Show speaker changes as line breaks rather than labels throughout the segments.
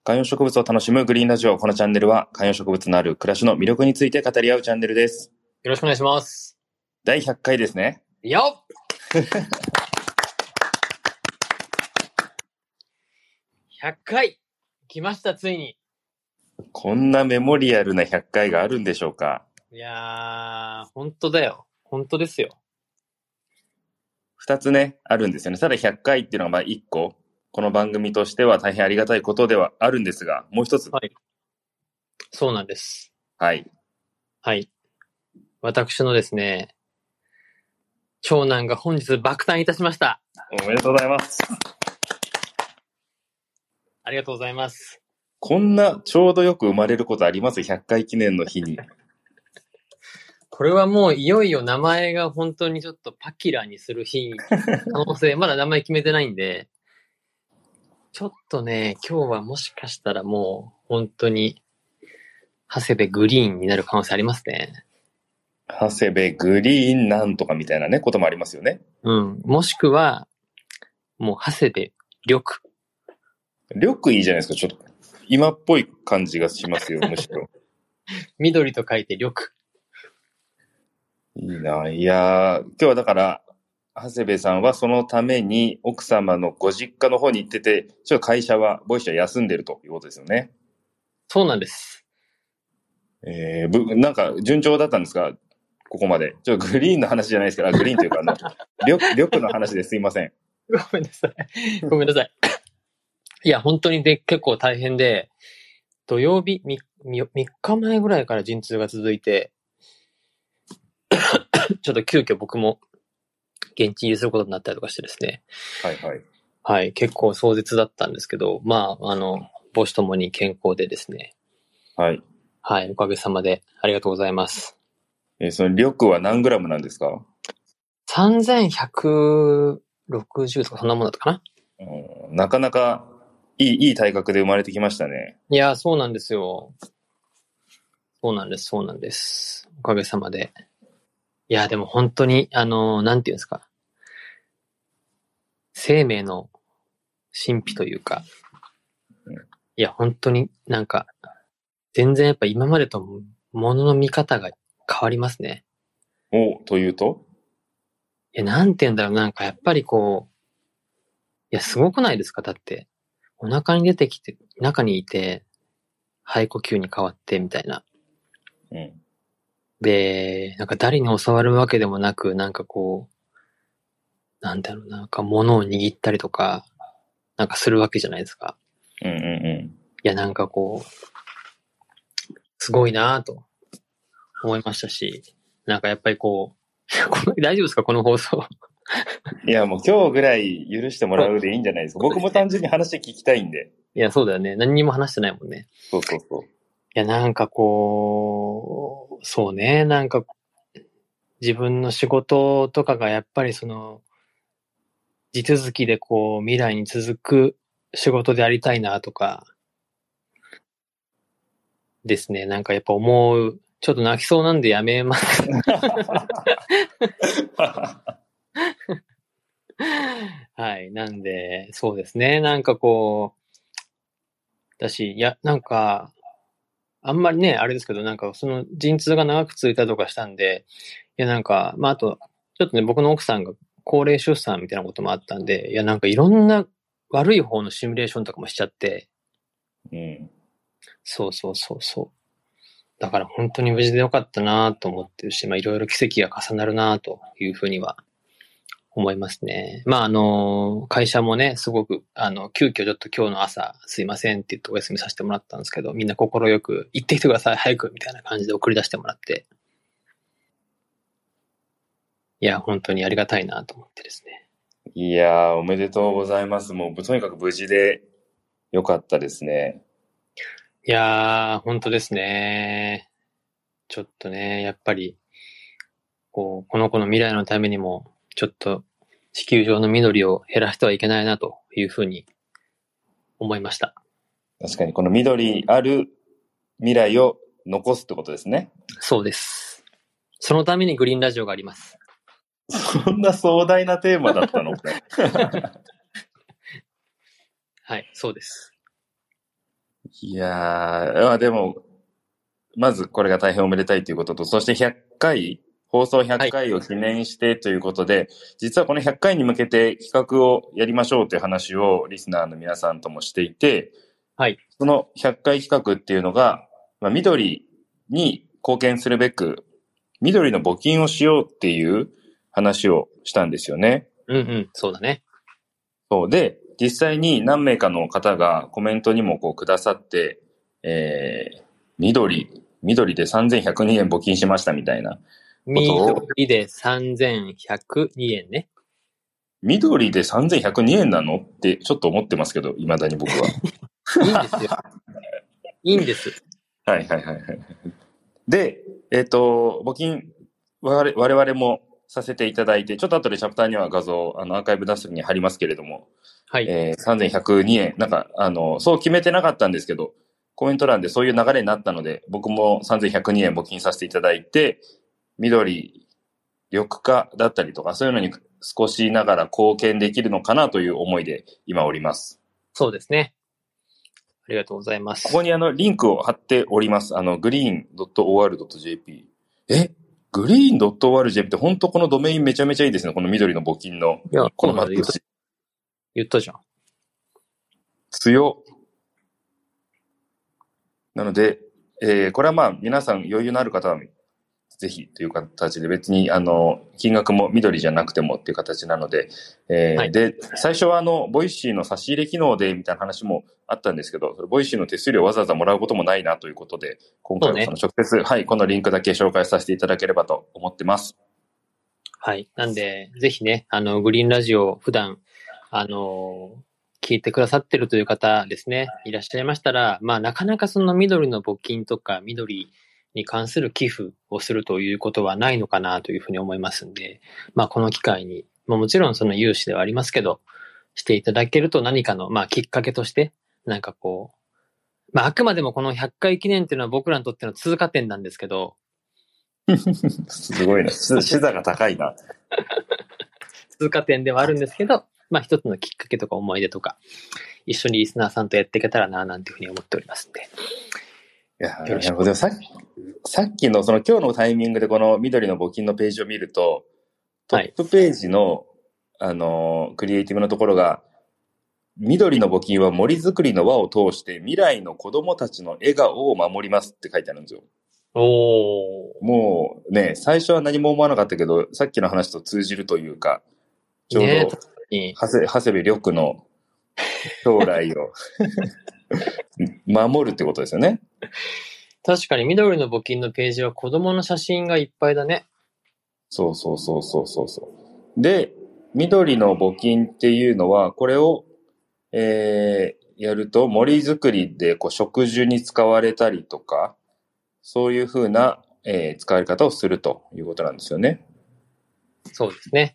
観葉植物を楽しむグリーンラジオ。このチャンネルは観葉植物のある暮らしの魅力について語り合うチャンネルです。
よろしくお願いします。
第100回ですね。
よっ100回来ました、ついに。
こんなメモリアルな100回があるんでしょうか。
いやー、本当だよ。本当ですよ。
2つね、あるんですよね。ただ100回っていうのが1個、この番組としては大変ありがたいことではあるんですが、もう一つ。
はい。そうなんです。
はい。
はい。私のですね、長男が本日爆誕いたしました。
おめでとうございます。
ありがとうございます。
こんなちょうどよく生まれることあります ?100 回記念の日に。
これはもういよいよ名前が本当にちょっとパキラにする日、可能性、まだ名前決めてないんで、ちょっとね、今日はもしかしたらもう本当に、長谷部グリーンになる可能性ありますね。
長谷部グリーンなんとかみたいなね、こともありますよね。
うん。もしくは、もう長谷部緑。
緑いいじゃないですか、ちょっと。今っぽい感じがしますよ、むしろ。
緑と書いて緑。
いいな。いやー、今日はだから、長谷部さんはそのために奥様のご実家の方に行ってて、ちょっと会社は、ボイシーは休んでるということですよね。
そうなんです。
なんか順調だったんですか、ここまで。ちょっとグリーンの話じゃないですから、グリーンというか緑の話ですいません。
ごめんなさい。ごめんなさい。いや、本当に結構大変で、土曜日3日前ぐらいから陣痛が続いて、ちょっと急遽僕も現地入りすることになったりとかしてですね。
はいはい。
はい、結構壮絶だったんですけど、まあ、母子ともに健康でですね。
はい。
はい、おかげさまでありがとうございます。
その緑は何グラムなんですか
3160とかそんなもんだったかな。
なかなかいい体格で生まれてきましたね。
いや、そうなんですよ。そうなんです、そうなんです。おかげさまで。いや、でも本当に、なんていうんですか。生命の神秘というか、いや、本当になんか、全然やっぱ今までとものの見方が変わりますね。
というと
いや、なんて言うんだろう、なんかやっぱりこう、いや、すごくないですか？だって、お腹に出てきて、中にいて、肺呼吸に変わってみたいな。
うん。
で、なんか誰に教わるわけでもなく、なんかこう、なんだろう、なんか物を握ったりとか、なんかするわけじゃないですか。
うんうんうん。
いや、なんかこう、すごいなぁと思いましたし、なんかやっぱりこう、大丈夫ですかこの放送。
いや、もう今日ぐらい許してもらうでいいんじゃないですか。僕も単純に話聞きたいんで。
いや、そうだよね。何にも話してないもんね。
そうそうそう。
いや、なんかこう、そうね、なんか自分の仕事とかがやっぱりその、地続きでこう、未来に続く仕事でありたいなとか、ですね。なんかやっぱ思う。ちょっと泣きそうなんでやめます。はい。なんで、そうですね。なんかこう、いや、なんか、あんまりね、あれですけど、なんかその陣痛が長く続いたりとかしたんで、いやなんか、まああと、ちょっとね、僕の奥さんが高齢出産みたいなこともあったんで、いやなんかいろんな悪い方のシミュレーションとかもしちゃって、
うん。
そうそうそうそう。だから本当に無事でよかったなと思ってるし、まあいろいろ奇跡が重なるなというふうには思いますね。まあ会社もね、すごく、急遽ちょっと今日の朝すいませんって言ってお休みさせてもらったんですけど、みんな心よく行ってきてください、早くみたいな感じで送り出してもらって、いや、本当にありがたいなと思ってですね。
いやー、おめでとうございます。もう、とにかく無事でよかったですね。
いやー、本当ですね。ちょっとね、やっぱり、この子の未来のためにも、ちょっと地球上の緑を減らしてはいけないなというふうに思いました。
確かに、この緑ある未来を残すってことですね。
そうです。そのためにグリーンラジオがあります。
そんな壮大なテーマだったのこれ。
はい、そうです。
いやー、でも、まずこれが大変おめでたいということと、そして100回、放送100回を記念してということで、実はこの100回に向けて企画をやりましょうという話をリスナーの皆さんともしていて、その100回企画っていうのが、緑に貢献するべく、緑の募金をしようっていう話をしたんですよね。
そうだね。
そうで、実際に何名かの方がコメントにもくださって、緑で3102円募金しましたみたいなことを。
緑で3102円ね。
緑で3102円なのってちょっと思ってますけど、未だに僕は。
いいんですよ。いいんです。
はい。で、募金、我々もさせていただいて、ちょっと後でチャプターには画像、アーカイブ出すに貼りますけれども、3102円、そう決めてなかったんですけど、コメント欄でそういう流れになったので、僕も3102円募金させていただいて、緑、緑化だったりとか、そういうのに少しながら貢献できるのかなという思いで今おります。
そうですね。ありがとうございます。
ここにリンクを貼っております。green.or.jp。グリーン .or.jp って本当このドメインめちゃめちゃいいですね。この緑の募金の。
いや、
このマップ
言ったじゃん。
強。なので、これは皆さん余裕のある方はぜひという形で別に金額も緑じゃなくてもっていう形なので、で、最初はボイシーの差し入れ機能でみたいな話もあったんですけど、ボイシーの手数料わざわざもらうこともないなということで、今回は直接、このリンクだけ紹介させていただければと思ってます。
はい。なんで、ぜひね、グリーンラジオ普段、聞いてくださってるという方ですね、いらっしゃいましたら、なかなかその緑の募金とか緑に関する寄付をするということはないのかなというふうに思いますんで、この機会に、もちろんその融資ではありますけど、していただけると何かの、きっかけとして、あくまでもこの100回記念っていうのは僕らにとっての通過点なんですけど、
すごいな。視座が高いな。
通過点ではあるんですけど、一つのきっかけとか思い出とか、一緒にリスナーさんとやっていけたらな、なんていうふうに思っておりますんで。
いや、なるほど。さっきの今日のタイミングでこの緑の募金のページを見ると、トップページの、クリエイティブのところが、緑の募金は森づくりの輪を通して未来の子供たちの笑顔を守りますって書いてあるんですよ。もうね、最初は何も思わなかったけど、さっきの話と通じるというか、ちょうど、長谷部緑の将来を守るってことですよね。
確かに緑の募金のページは子供の写真がいっぱいだね。
そう。で、緑の募金っていうのは、これを、やると森づくりで植樹に使われたりとか、そういうふうな、使われ方をするということなんですよね。
そうですね。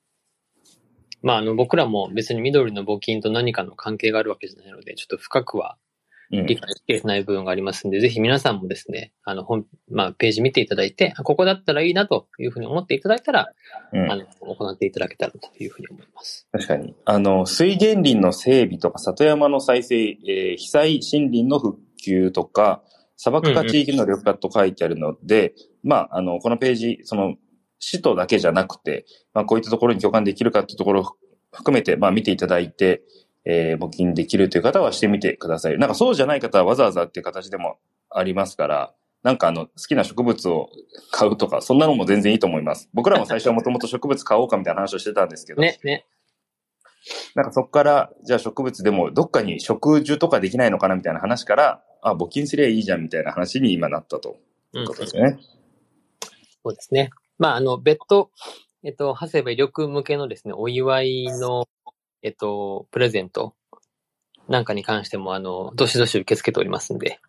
僕らも別に緑の募金と何かの関係があるわけじゃないので、ちょっと深くは理解しきれてない部分がありますんで、ぜひ皆さんもですね、ページ見ていただいて、ここだったらいいなというふうに思っていただいたら、行っていただけたらというふうに思います。
確かに。水源林の整備とか、里山の再生、被災森林の復旧とか、砂漠化地域の緑化と書いてあるので、このページ、使途だけじゃなくて、こういったところに共感できるかというところを含めて、見ていただいて、募金できるという方はしてみてください。そうじゃない方はわざわざっていう形でもありますから、好きな植物を買うとか、そんなのも全然いいと思います。僕らも最初はもともと植物買おうかみたいな話をしてたんですけど、そこから、じゃあ植物でもどっかに植樹とかできないのかなみたいな話から、募金すりゃいいじゃんみたいな話に今なったということですね。
そうですね。別途、長谷部緑向けのですね、お祝いの、プレゼントなんかに関しても、どしどし受け付けておりますんで。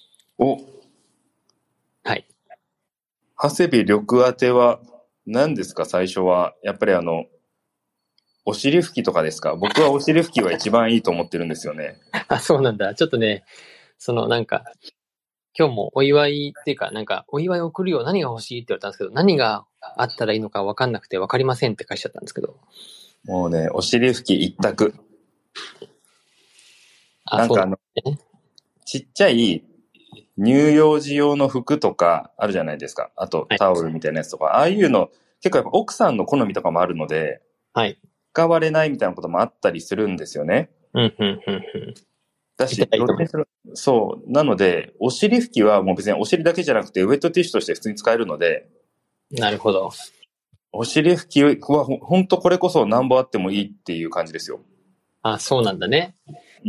はい。
長谷部緑宛ては何ですか、最初は。やっぱりお尻拭きとかですか？僕はお尻拭きは一番いいと思ってるんですよね。
そうなんだ。ちょっとね、今日もお祝いっていうか、お祝い送るよ、何が欲しいって言われたんですけど、何があったらいいのか分かんなくて分かりませんって返しちゃったんですけど。
もうね、お尻拭き一択。 ちっちゃい乳幼児用の服とかあるじゃないですか。あとタオルみたいなやつとか、ああいうの、結構やっぱ奥さんの好みとかもあるので、
はい。
使われないみたいなこともあったりするんですよね。だし、そう。なので、お尻拭きはもう別にお尻だけじゃなくて、ウェットティッシュとして普通に使えるので、
なるほど。
お尻拭きは本当これこそ何本あってもいいっていう感じですよ。
あ、そうなんだね。
うん。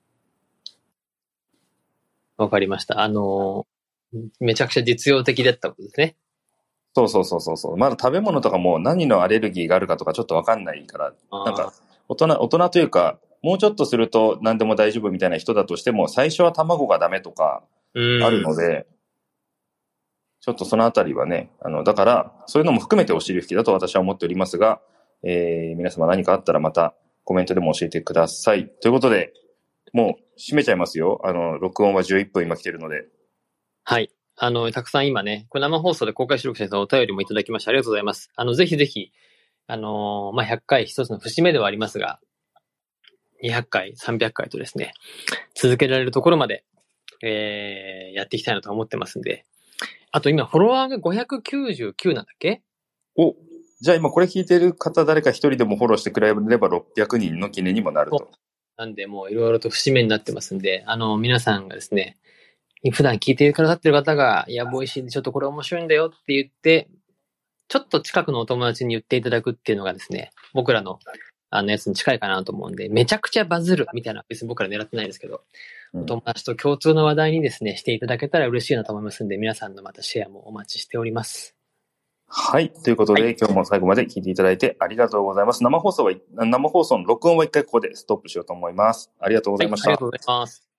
わかりました。めちゃくちゃ実用的だったことですね。
そう。まだ食べ物とかも何のアレルギーがあるかとかちょっとわかんないから、なんか大人というか、もうちょっとすると何でも大丈夫みたいな人だとしても、最初は卵がダメとかあるので、ちょっとそのあたりはね、だから、そういうのも含めてお尻拭きだと私は思っておりますが、皆様何かあったらまたコメントでも教えてください。ということで、もう閉めちゃいますよ。録音は11分今来てるので。
はい。たくさん今ね、これ生放送で公開収録してお便りもいただきましてありがとうございます。ぜひぜひ、100回一つの節目ではありますが、200回、300回とですね、続けられるところまで、やっていきたいなと思ってますんで。あと今、フォロワーが599なんだっけ？
お、じゃあ今これ聞いてる方誰か一人でもフォローしてくれれば600人の記念にもなると。
なんで、もういろいろと節目になってますんで、皆さんがですね、普段聞いてくださってる方が、いや、ボイシーでちょっとこれ面白いんだよって言って、ちょっと近くのお友達に言っていただくっていうのがですね、僕らのやつに近いかなと思うんで、めちゃくちゃバズるみたいな、別に僕ら狙ってないですけど、お友達と共通の話題にですね、していただけたら嬉しいなと思いますんで、皆さんのまたシェアもお待ちしております。
はい。ということで、今日も最後まで聞いていただいてありがとうございます。生放送の録音は一回ここでストップしようと思います。ありがとうございました。
ありがとうございます。